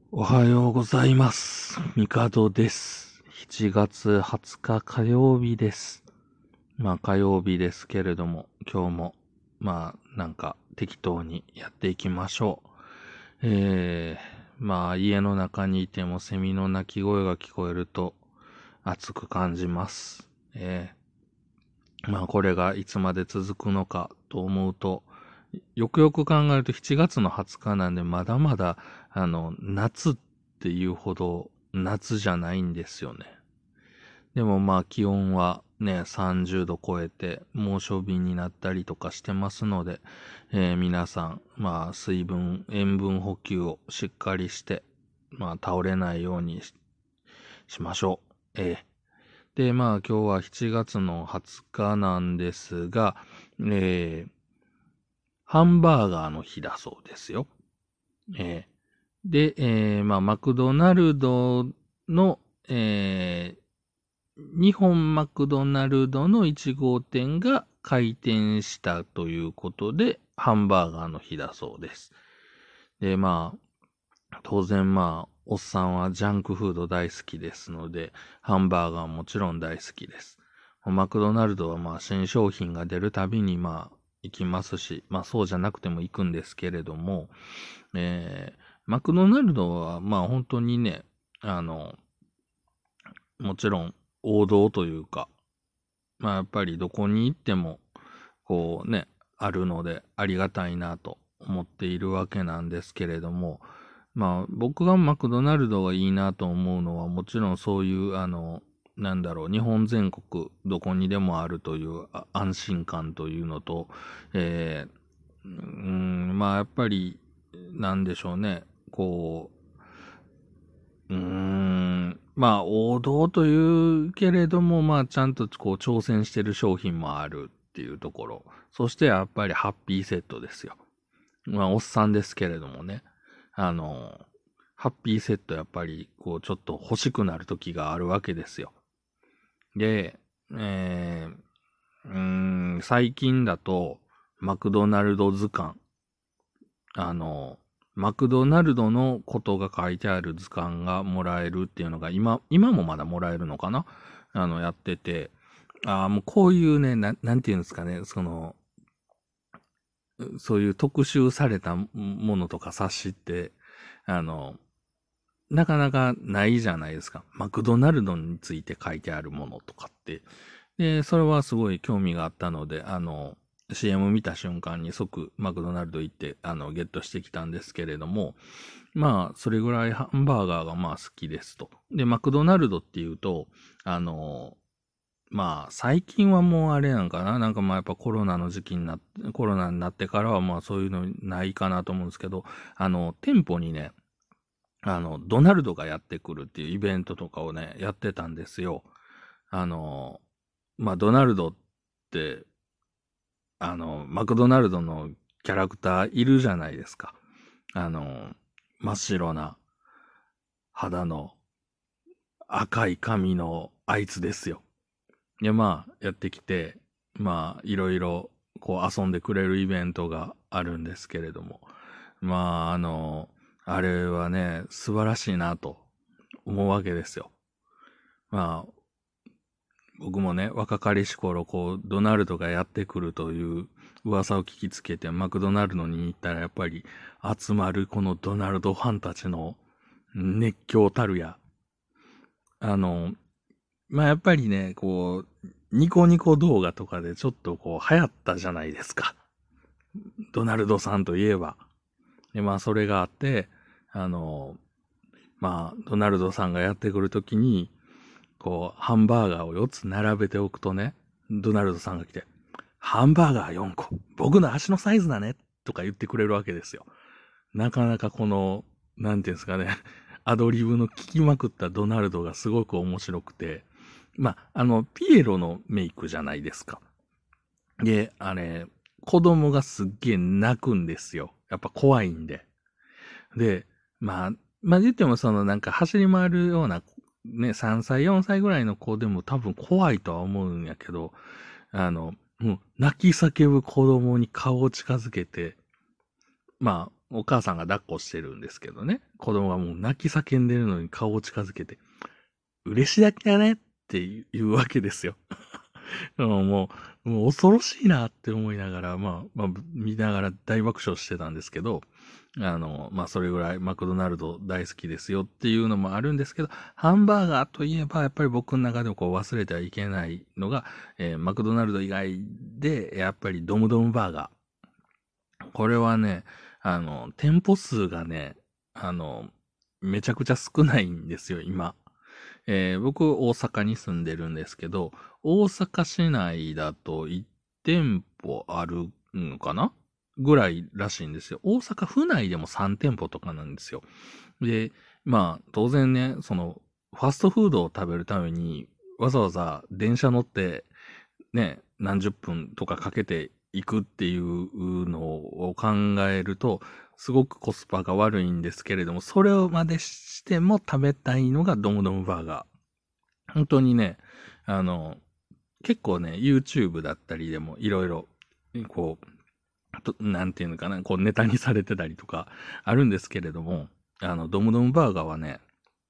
おはようございます。ミカドです。7月20日火曜日です。火曜日ですけれども、今日もなんか適当にやっていきましょう。家の中にいてもセミの鳴き声が聞こえると暑く感じます。これがいつまで続くのかと思うと、よくよく考えると7月の20日なんでまだまだ夏っていうほど夏じゃないんですよね。でも気温はね、30度超えて猛暑日になったりとかしてますので、皆さん、水分、塩分補給をしっかりして、倒れないようにしましょう。で、今日は7月の20日なんですが、ハンバーガーの日だそうですよ。で、マクドナルドの、日本マクドナルドの1号店が開店したということで、ハンバーガーの日だそうです。で、当然おっさんはジャンクフード大好きですので、ハンバーガーもちろん大好きです。マクドナルドは新商品が出るたびに行きますし、そうじゃなくても行くんですけれども、マクドナルドは本当にね、もちろん王道というか、やっぱりどこに行っても、こうね、あるのでありがたいなと思っているわけなんですけれども、僕がマクドナルドがいいなと思うのは、もちろんそういう、日本全国どこにでもあるという安心感というのと、やっぱり、なんでしょうね、王道というけれども、ちゃんと挑戦してる商品もあるっていうところ。そしてやっぱりハッピーセットですよ。おっさんですけれどもね。ハッピーセットやっぱり、ちょっと欲しくなる時があるわけですよ。で、最近だと、マクドナルド図鑑。マクドナルドのことが書いてある図鑑がもらえるっていうのが、今もまだもらえるのかなやってて、もうこういうね、なんていうんですかね、そういう特集されたものとか冊子って、なかなかないじゃないですか。マクドナルドについて書いてあるものとかって。で、それはすごい興味があったので、CM 見た瞬間に即マクドナルド行って、ゲットしてきたんですけれども、それぐらいハンバーガーが好きですと。で、マクドナルドっていうと、最近はもうあれなんかななんかやっぱコロナの時期にコロナになってからはそういうのないかなと思うんですけど、店舗にね、ドナルドがやってくるっていうイベントとかをね、やってたんですよ。ドナルドって、マクドナルドのキャラクターいるじゃないですか。真っ白な肌の赤い髪のあいつですよ。で、やってきて、いろいろ、遊んでくれるイベントがあるんですけれども。あれはね、素晴らしいなと思うわけですよ。僕もね、若かりし頃、ドナルドがやってくるという噂を聞きつけて、マクドナルドに行ったら、やっぱり集まるこのドナルドファンたちの熱狂たるや。やっぱりね、ニコニコ動画とかでちょっと流行ったじゃないですか。ドナルドさんといえば。で、それがあって、ドナルドさんがやってくるときに、ハンバーガーを4つ並べておくとね、ドナルドさんが来て、ハンバーガー4個、僕の足のサイズだね、とか言ってくれるわけですよ。なかなかなんていうんですかね、アドリブの聞きまくったドナルドがすごく面白くて、ピエロのメイクじゃないですか。で、子供がすっげえ泣くんですよ。やっぱ怖いんで。で、言ってもなんか走り回るような、ね、3歳、4歳ぐらいの子でも多分怖いとは思うんやけど、もう泣き叫ぶ子供に顔を近づけて、 お母さんが抱っこしてるんですけどね、子供がもう泣き叫んでるのに顔を近づけて、嬉しいだけだねって言うわけですよ。もう恐ろしいなって思いながら、見ながら大爆笑してたんですけど、それぐらいマクドナルド大好きですよっていうのもあるんですけど、ハンバーガーといえば、やっぱり僕の中でもこう忘れてはいけないのが、マクドナルド以外で、やっぱりドムドムバーガー。これはね、店舗数がね、めちゃくちゃ少ないんですよ、今。僕、大阪に住んでるんですけど、大阪市内だと1店舗あるのかなぐらいらしいんですよ。大阪府内でも3店舗とかなんですよ。で、当然ね、ファストフードを食べるために、わざわざ電車乗って、ね、何十分とかかけていくっていうのを考えると、すごくコスパが悪いんですけれども、それをまでしても食べたいのがドムドムバーガー。本当にね、結構ね、YouTube だったりでもいろいろ、こう、なんていうのかな、こうネタにされてたりとかあるんですけれども、ドムドムバーガーはね、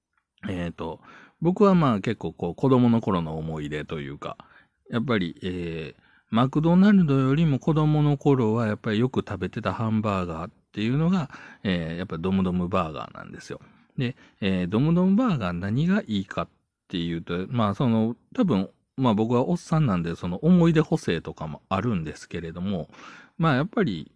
僕は結構こう子供の頃の思い出というか、やっぱり、マクドナルドよりも子供の頃はやっぱりよく食べてたハンバーガーっていうのが、やっぱりドムドムバーガーなんですよ。で、ドムドムバーガー何がいいかっていうと、多分、僕はおっさんなんで、その思い出補正とかもあるんですけれども、やっぱり、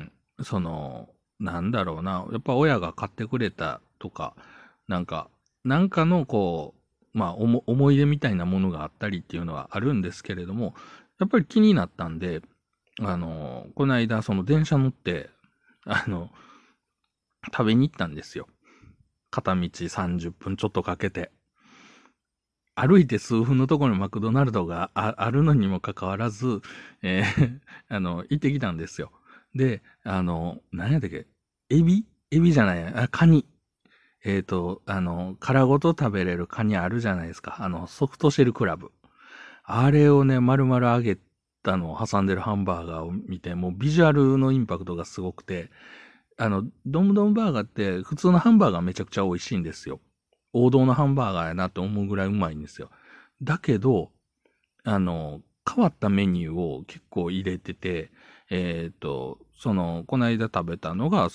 なんだろうな、やっぱ親が買ってくれたとか、なんかのこう、思い出みたいなものがあったりっていうのはあるんですけれども、やっぱり気になったんで、この間、その電車乗って、食べに行ったんですよ。片道30分ちょっとかけて。歩いて数分のところにマクドナルドがあるのにもかかわらず、行ってきたんですよ。で、何やったっけエビじゃない、カニ。殻ごと食べれるカニあるじゃないですか。ソフトシェルクラブ。あれをね、丸々揚げたのを挟んでるハンバーガーを見て、もうビジュアルのインパクトがすごくて、ドムドムバーガーって普通のハンバーガーめちゃくちゃ美味しいんですよ。王道のハンバーガーやなって思うぐらいうまいんですよ。だけど、変わったメニューを結構入れてて、この間食べたのが、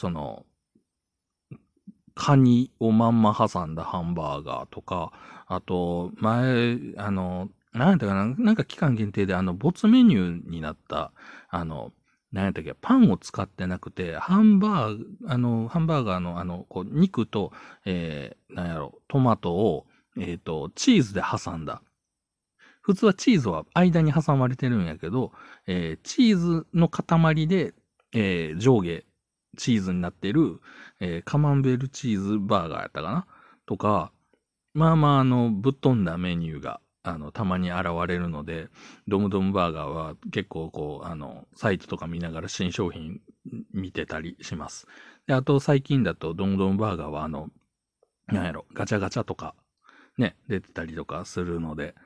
カニをまんま挟んだハンバーガーとか、あと、前、なんやったかな、なんか期間限定で没メニューになった、なんやったっけ、パンを使ってなくて、ハンバーガーのこう、肉と、トマトを、チーズで挟んだ。普通はチーズは間に挟まれてるんやけど、チーズの塊で、上下、チーズになってる、カマンベールチーズバーガーやったかなとか、ぶっ飛んだメニューが、たまに現れるので、ドムドムバーガーは結構こう、サイトとか見ながら新商品見てたりします。で、あと最近だとドムドムバーガーはガチャガチャとか、ね、出てたりとかするので、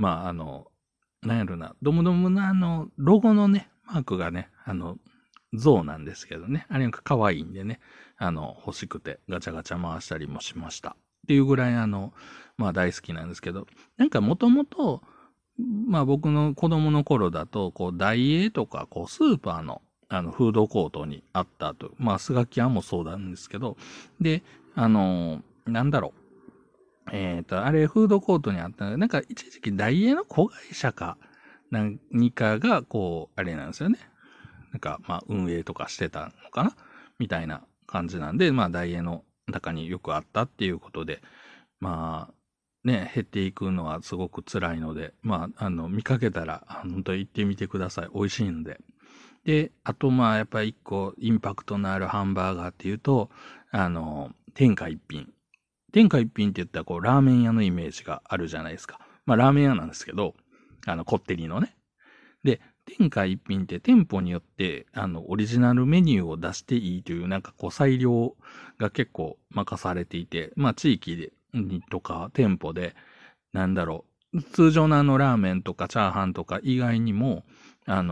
ドムドムのロゴのね、マークがね、象なんですけどね、あれが可愛いんでね、欲しくてガチャガチャ回したりもしました。っていうぐらい大好きなんですけど、なんかもともと、僕の子供の頃だと、こう、ダイエーとか、こう、スーパーの、フードコートにあったと。スガキ屋もそうなんですけど、で、なんだろう。あれ、フードコートにあったので、なんか一時期ダイエーの子会社か何かが、こう、あれなんですよね。なんか、運営とかしてたのかなみたいな感じなんで、ダイエーの中によくあったっていうことで、減っていくのはすごく辛いので、見かけたら、本当に行ってみてください。美味しいんで。で、あと、やっぱり一個、インパクトのあるハンバーガーっていうと、天下一品。天下一品って言ったら、こう、ラーメン屋のイメージがあるじゃないですか。ラーメン屋なんですけど、こってりのね。で、天下一品って店舗によって、オリジナルメニューを出していいという、なんかこう、裁量が結構任されていて、地域で、とか、店舗で、通常のラーメンとかチャーハンとか以外にも、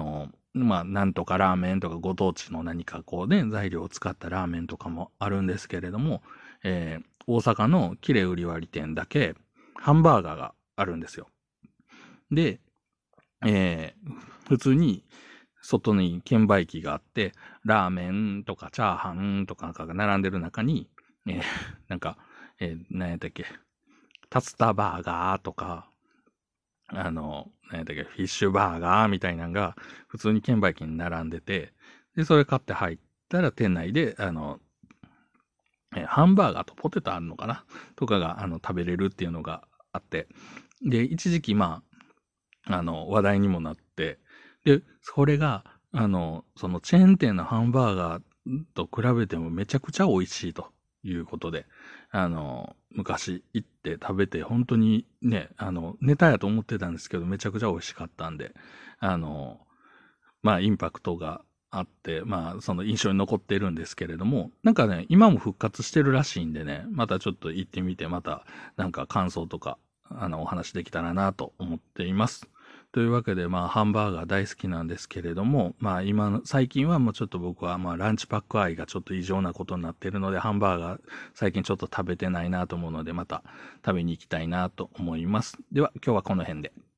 まあ、なんとかラーメンとかご当地の何かこうね、材料を使ったラーメンとかもあるんですけれども、大阪のキレ売り割り店だけ、ハンバーガーがあるんですよ。で、普通に、外に券売機があって、ラーメンとかチャーハンとかが並んでる中に、なんか、何やったっけ、タツタバーガーとか、何やったっけ、フィッシュバーガーみたいなのが、普通に券売機に並んでて、で、それ買って入ったら店内で、ハンバーガーとポテトあるのかなとかが、食べれるっていうのがあって、で、一時期、まあ、話題にもなって、で、それが、そのチェーン店のハンバーガーと比べてもめちゃくちゃ美味しいということで、昔行って食べて本当にね、ネタやと思ってたんですけど、めちゃくちゃ美味しかったんで、まあ、インパクトがあって、まあ、その印象に残ってるんですけれども、なんかね、今も復活してるらしいんでね、またちょっと行ってみて、また、なんか感想とか、お話できたらなと思っています。というわけで、まあ、ハンバーガー大好きなんですけれども、まあ、最近はもうちょっと僕は、まあ、ランチパック愛がちょっと異常なことになっているので、ハンバーガー、最近ちょっと食べてないなと思うので、また食べに行きたいなと思います。では、今日はこの辺で。